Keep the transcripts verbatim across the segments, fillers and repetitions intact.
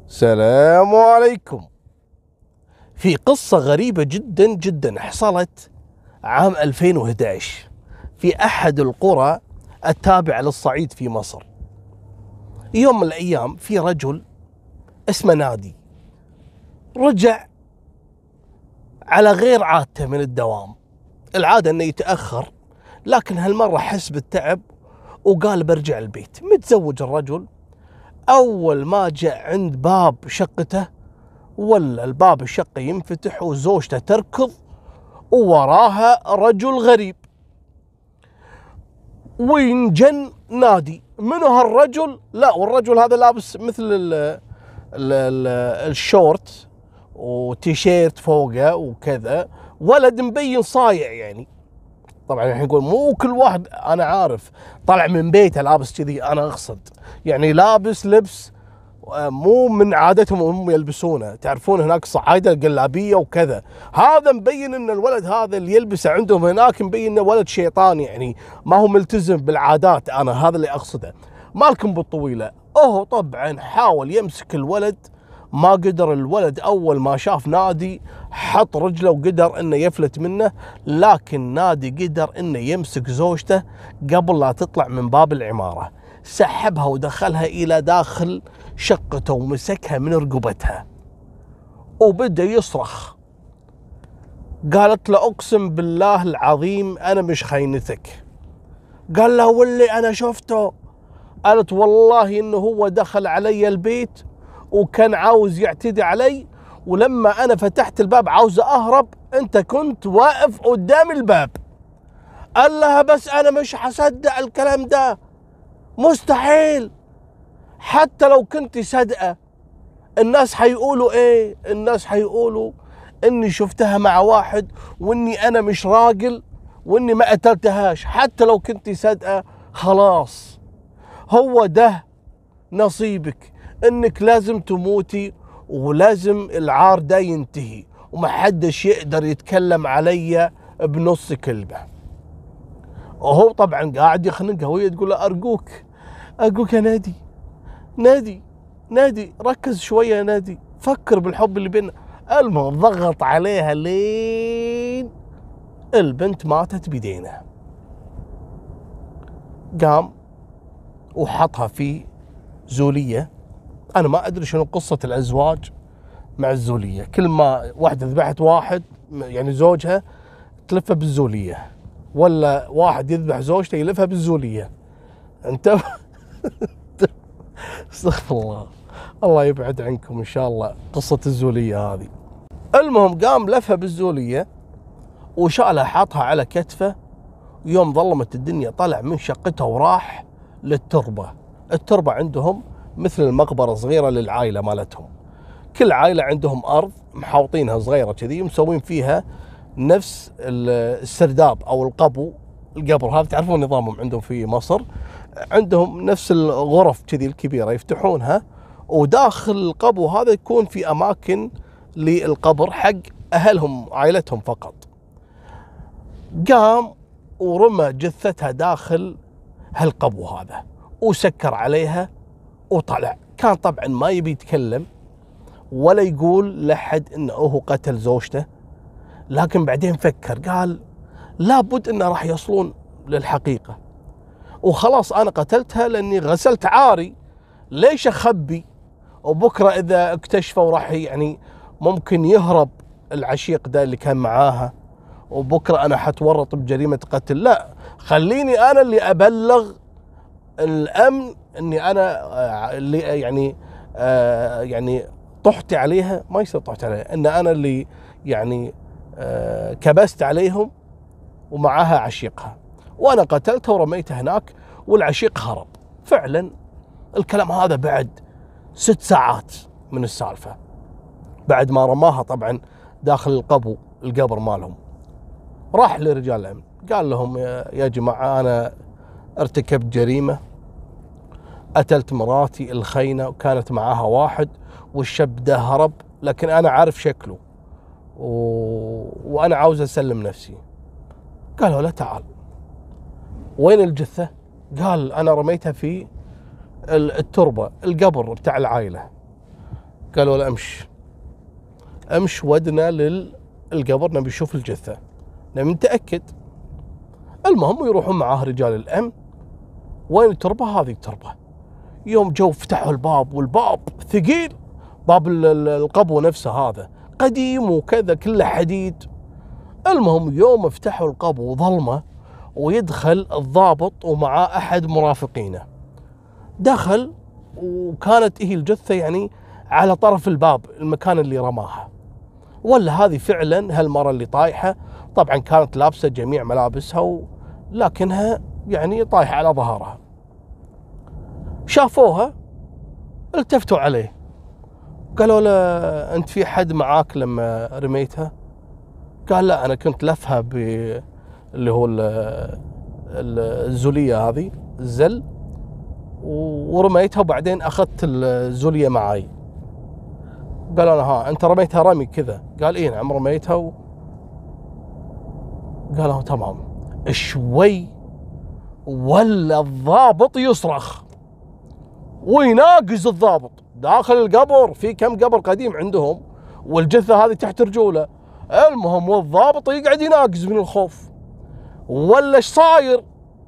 السلام عليكم. في قصة غريبة جدا جدا حصلت عام ألفين وأحد عشر في أحد القرى التابعة للصعيد في مصر. يوم من الأيام في رجل اسمه نادي رجع على غير عادته من الدوام. العادة أنه يتأخر، لكن هالمرة حس بالتعب وقال برجع البيت. متزوج الرجل. أول ما جاء عند باب شقته ولا الباب الشقة ينفتح وزوجته تركض ووراها رجل غريب. وينجن نادي منو هالرجل؟ لا، والرجل هذا لابس مثل ال ال ال الشورت وتيشيرت فوقه وكذا، ولد مبين صايع يعني. طبعا احنا نقول مو كل واحد، انا عارف طلع من بيته لابس كذي، انا اقصد يعني لابس لبس مو من عادتهم هم يلبسونه. تعرفون هناك صعايدة القلابية وكذا، هذا مبين ان الولد هذا اللي يلبسه عندهم هناك مبين انه ولد شيطان، يعني ما هو ملتزم بالعادات. انا هذا اللي اقصده، مالكم بالطويلة. اوه طبعا حاول يمسك الولد، ما قدر. الولد اول ما شاف نادي حط رجله وقدر انه يفلت منه، لكن نادي قدر انه يمسك زوجته قبل لا تطلع من باب العمارة. سحبها ودخلها الى داخل شقته ومسكها من رقبتها وبدأ يصرخ. قالت له اقسم بالله العظيم انا مش خاينتك. قال لها واللي انا شفته. قالت والله انه هو دخل علي البيت وكان عاوز يعتدي علي، ولما انا فتحت الباب عاوز اهرب انت كنت واقف قدام الباب. قال لها بس انا مش حصدق الكلام ده، مستحيل. حتى لو كنت صادقة الناس حيقولوا ايه؟ الناس حيقولوا اني شفتها مع واحد واني انا مش راجل واني ما قتلتهاش. حتى لو كنت صادقة خلاص، هو ده نصيبك، انك لازم تموتي ولازم العار ده ينتهي ومحدش يقدر يتكلم علي بنص كلمة. وهو طبعا قاعد يخنقها وهي تقول له ارجوك ارجوك يا نادي، نادي نادي ركز شوية يا نادي، فكر بالحب اللي بيننا. المهم ضغط عليها لين البنت ماتت بيدينه. قام وحطها في زولية. أنا ما أدري شنو قصة الأزواج مع الزولية، كل ما واحدة ذبحت واحد يعني زوجها تلفها بالزولية، ولا واحد يذبح زوجته يلفها بالزولية. أنت استغفر الله، الله يبعد عنكم ان شاء الله قصة الزولية هذه. المهم قام لفها بالزولية وشالها حاطها على كتفه، ويوم ظلمت الدنيا طلع من شقته وراح للتربة. التربة عندهم مثل المقبرة صغيرة للعائلة مالتهم، كل عائلة عندهم أرض محاوطينها صغيرة كذي ومسوين فيها نفس السرداب أو القبو. القبر هذا تعرفون نظامهم عندهم في مصر، عندهم نفس الغرف كذي الكبيرة يفتحونها، وداخل القبو هذا يكون في أماكن للقبر حق أهلهم عائلتهم فقط. قام ورمى جثتها داخل هالقبو هذا وسكر عليها وطلع. كان طبعا ما يبي يتكلم ولا يقول لحد انه هو قتل زوجته، لكن بعدين فكر قال لابد انه راح يصلون للحقيقة، وخلاص انا قتلتها لاني غسلت عاري، ليش اخبي؟ وبكره اذا اكتشفوا راح يعني ممكن يهرب العشيق ده اللي كان معاها، وبكره انا حتورط بجريمة قتل. لا، خليني انا اللي ابلغ الامن اني انا اللي يعني آه يعني طحت عليها. ما يصير طحت عليها، ان انا اللي يعني آه كبست عليهم ومعها عشيقها، وانا قتلتها ورميتها هناك والعشيق هرب. فعلا الكلام هذا بعد ست ساعات من السالفة، بعد ما رماها طبعا داخل القبو القبر مالهم. راح لرجال الامن قال لهم يا جماعة انا ارتكبت جريمة، قتلت مراتي الخينة وكانت معاها واحد والشاب ده هرب، لكن انا عارف شكله و... وانا عاوز اسلم نفسي. قالوا له تعال. وين الجثة؟ قال انا رميتها في التربة القبر بتاع العائلة. قالوا له امش امش ودنا للقبر نبي نشوف الجثة نبي نتأكد. المهم يروحون معاه رجال الأمن. وين التربة؟ هذه التربة. يوم جو فتحوا الباب، والباب ثقيل، باب القبو نفسه هذا قديم وكذا كله حديد. المهم يوم فتحوا القبو ظلمة، ويدخل الضابط ومعاه أحد مرافقينه. دخل وكانت هي الجثة يعني على طرف الباب المكان اللي رماها. ولا هذه فعلا هالمرة اللي طايحة. طبعا كانت لابسة جميع ملابسها، لكنها يعني طايحة على ظهرها. شافوها التفتوا عليه، قالوا له أنت في حد معاك لما رميتها؟ قال لا، أنا كنت لفها ب اللي هو الزولية هذه الزل، ورميتها وبعدين أخذت الزولية معاي. قال أنا ها أنت رميتها رمي كذا؟ قال إيه نعم رميتها و... قالوا تمام. شوي ولا الضابط يصرخ ويناقز الضابط داخل القبر. في كم قبر قديم عندهم، والجثة هذه تحت رجوله. المهم والضابط يقعد يناقز من الخوف. ولا ايش صاير؟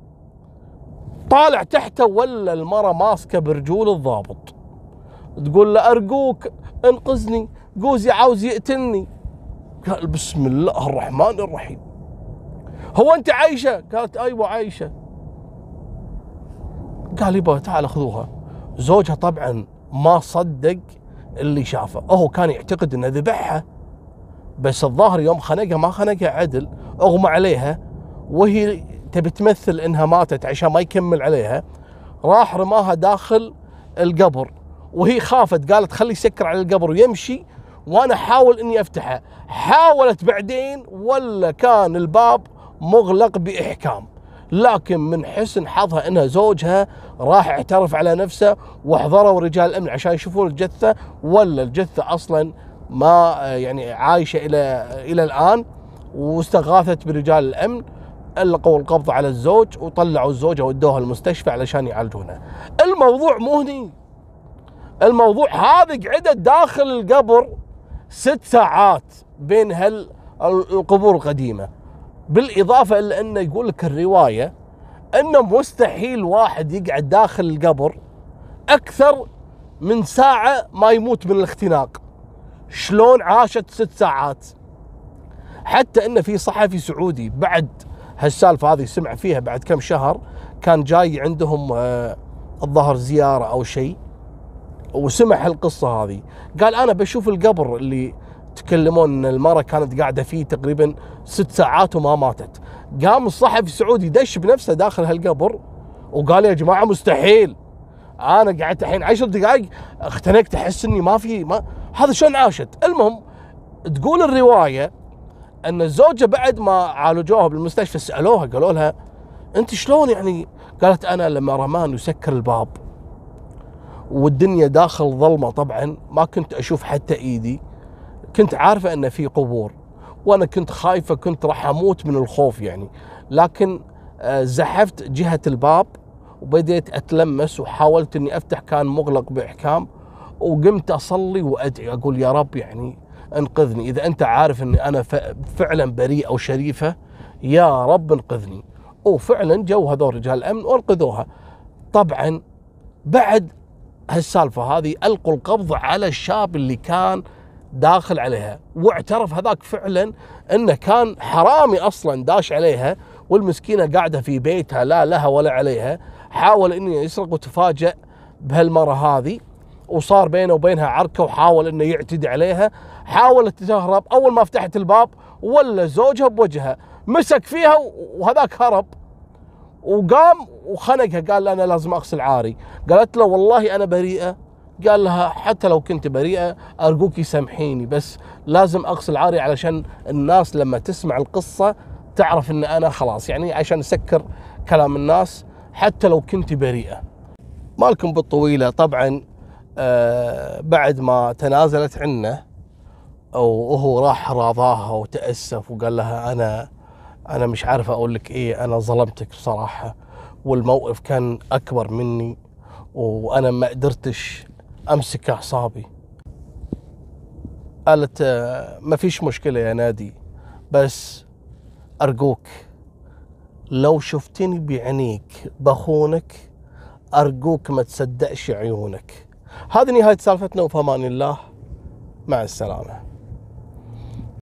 طالع تحته، ولا المرة ماسكة برجول الضابط تقول له أرجوك انقذني، جوزي عاوز يقتلني. قال بسم الله الرحمن الرحيم، هو أنت عايشة؟ قالت أيوة عايشة. قال يبا تعال خذوها. زوجها طبعا ما صدق اللي شافه، هو كان يعتقد انه ذبحها، بس الظاهر يوم خنقها ما خنقها عدل، اغمى عليها وهي تبي تمثل انها ماتت عشان ما يكمل عليها. راح رماها داخل القبر، وهي خافت قالت خلي يسكر على القبر ويمشي وانا احاول اني افتحه. حاولت بعدين ولا كان الباب مغلق باحكام، لكن من حسن حظها انها زوجها راح اعترف على نفسه، وحضروا رجال الامن عشان يشوفون الجثه. ولا الجثه اصلا ما يعني عايشه الى الى الان، واستغاثت برجال الامن، القوا القبض على الزوج وطلعوا الزوجه ودوها المستشفى علشان يعالجونها. الموضوع مو هني، الموضوع هذه قعدت داخل القبر ست ساعات بين هالقبور القديمه. بالاضافه الى انه يقول لك الروايه انه مستحيل واحد يقعد داخل القبر اكثر من ساعه ما يموت من الاختناق. شلون عاشت ست ساعات؟ حتى ان في صحفي سعودي بعد هالسالفه هذه سمع فيها بعد كم شهر، كان جاي عندهم آه الظهر زياره او شيء، وسمع هالقصه هذه. قال انا بشوف القبر اللي تكلمون ان المراه كانت قاعده فيه تقريبا ست ساعات وما ماتت. قام الصحفي السعودي دش بنفسه داخل هالقبر وقال يا جماعه مستحيل، انا قعدت الحين عشر دقائق اختنقت احس اني ما في ما هذا شلون عاشت؟ المهم تقول الروايه ان الزوجه بعد ما عالجوها بالمستشفى سالوها قالوا لها انت شلون يعني؟ قالت انا لما رمان وسكر الباب والدنيا داخل ظلمه، طبعا ما كنت اشوف حتى ايدي، كنت عارفه ان في قبور وانا كنت خايفه، كنت راح اموت من الخوف يعني، لكن زحفت جهه الباب وبديت اتلمس وحاولت اني افتح، كان مغلق باحكام، وقمت اصلي وادعي اقول يا رب يعني انقذني، اذا انت عارف اني انا فعلا بريئه وشريفه يا رب انقذني. وفعلا جو هذول رجال الامن وانقذوها. طبعا بعد هالسالفه هذه القوا القبض على الشاب اللي كان داخل عليها، واعترف هذاك فعلا انه كان حرامي اصلا داش عليها، والمسكينه قاعده في بيتها لا لها ولا عليها، حاول انه يسرق وتفاجأ بهالمره هذه، وصار بينه وبينها عركه وحاول انه يعتدي عليها، حاولت تهرب، اول ما فتحت الباب ولا زوجها بوجهها مسك فيها وهذاك هرب وقام وخنقها، قال انا لازم اغسل عاري. قالت له والله انا بريئه. قال لها حتى لو كنت بريئه ارجوك سامحيني، بس لازم اغسل عاري علشان الناس لما تسمع القصه تعرف ان انا خلاص يعني عشان اسكر كلام الناس حتى لو كنت بريئه. مالكم بالطويله. طبعا آه بعد ما تنازلت عنه وهو راح راضاها وتأسف وقال لها انا انا مش عارف اقول لك ايه، انا ظلمتك بصراحه والموقف كان اكبر مني وانا ما قدرتش امسك اعصابي. قالت آه، ما فيش مشكلة يا نادي، بس أرجوك لو شفتني بعينيك بخونك أرجوك ما تصدقش عيونك. هذه نهاية سالفتنا، وفي أمان الله، مع السلامة.